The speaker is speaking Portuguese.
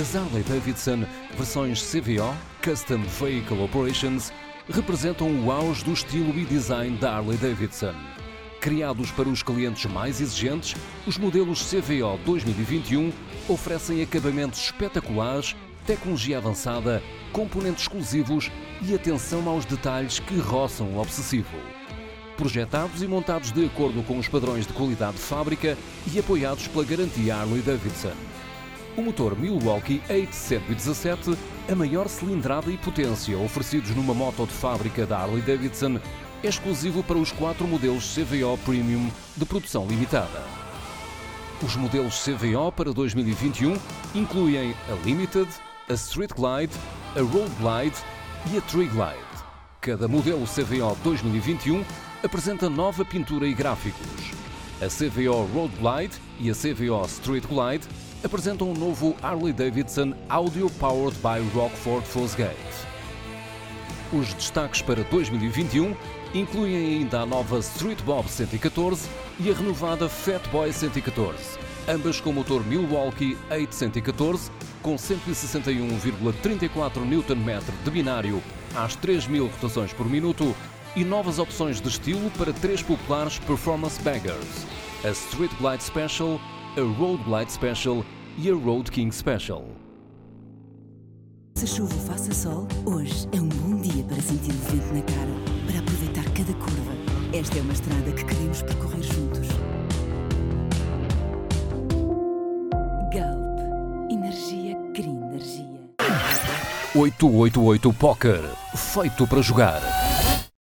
As Harley-Davidson versões CVO, Custom Vehicle Operations, representam o auge do estilo e design da Harley-Davidson. Criados para os clientes mais exigentes, os modelos CVO 2021 oferecem acabamentos espetaculares, tecnologia avançada, componentes exclusivos e atenção aos detalhes que roçam o obsessivo. Projetados e montados de acordo com os padrões de qualidade de fábrica e apoiados pela garantia Harley-Davidson. O motor Milwaukee 817, a maior cilindrada e potência oferecidos numa moto de fábrica da Harley-Davidson, é exclusivo para os 4 modelos CVO Premium de produção limitada. Os modelos CVO para 2021 incluem a Limited, a Street Glide, a Road Glide e a Tree Glide. Cada modelo CVO 2021 apresenta nova pintura e gráficos. A CVO Road Glide e a CVO Street Glide apresentam um novo Harley-Davidson Audio Powered by Rockford Fosgate. Os destaques para 2021 incluem ainda a nova Street Bob 114 e a renovada Fat Boy 114, ambas com motor Milwaukee 814 com 161,34 Nm de binário às 3.000 rotações por minuto e novas opções de estilo para 3 populares Performance Baggers, a Street Glide Special, a Road Glide Special e a Road King Special. Se chuva ou faça sol, hoje é um bom dia para sentir o vento na cara, para aproveitar cada curva. Esta é uma estrada que queremos percorrer juntos. Galp. Energia Green Energia. 888 Poker. Feito para jogar.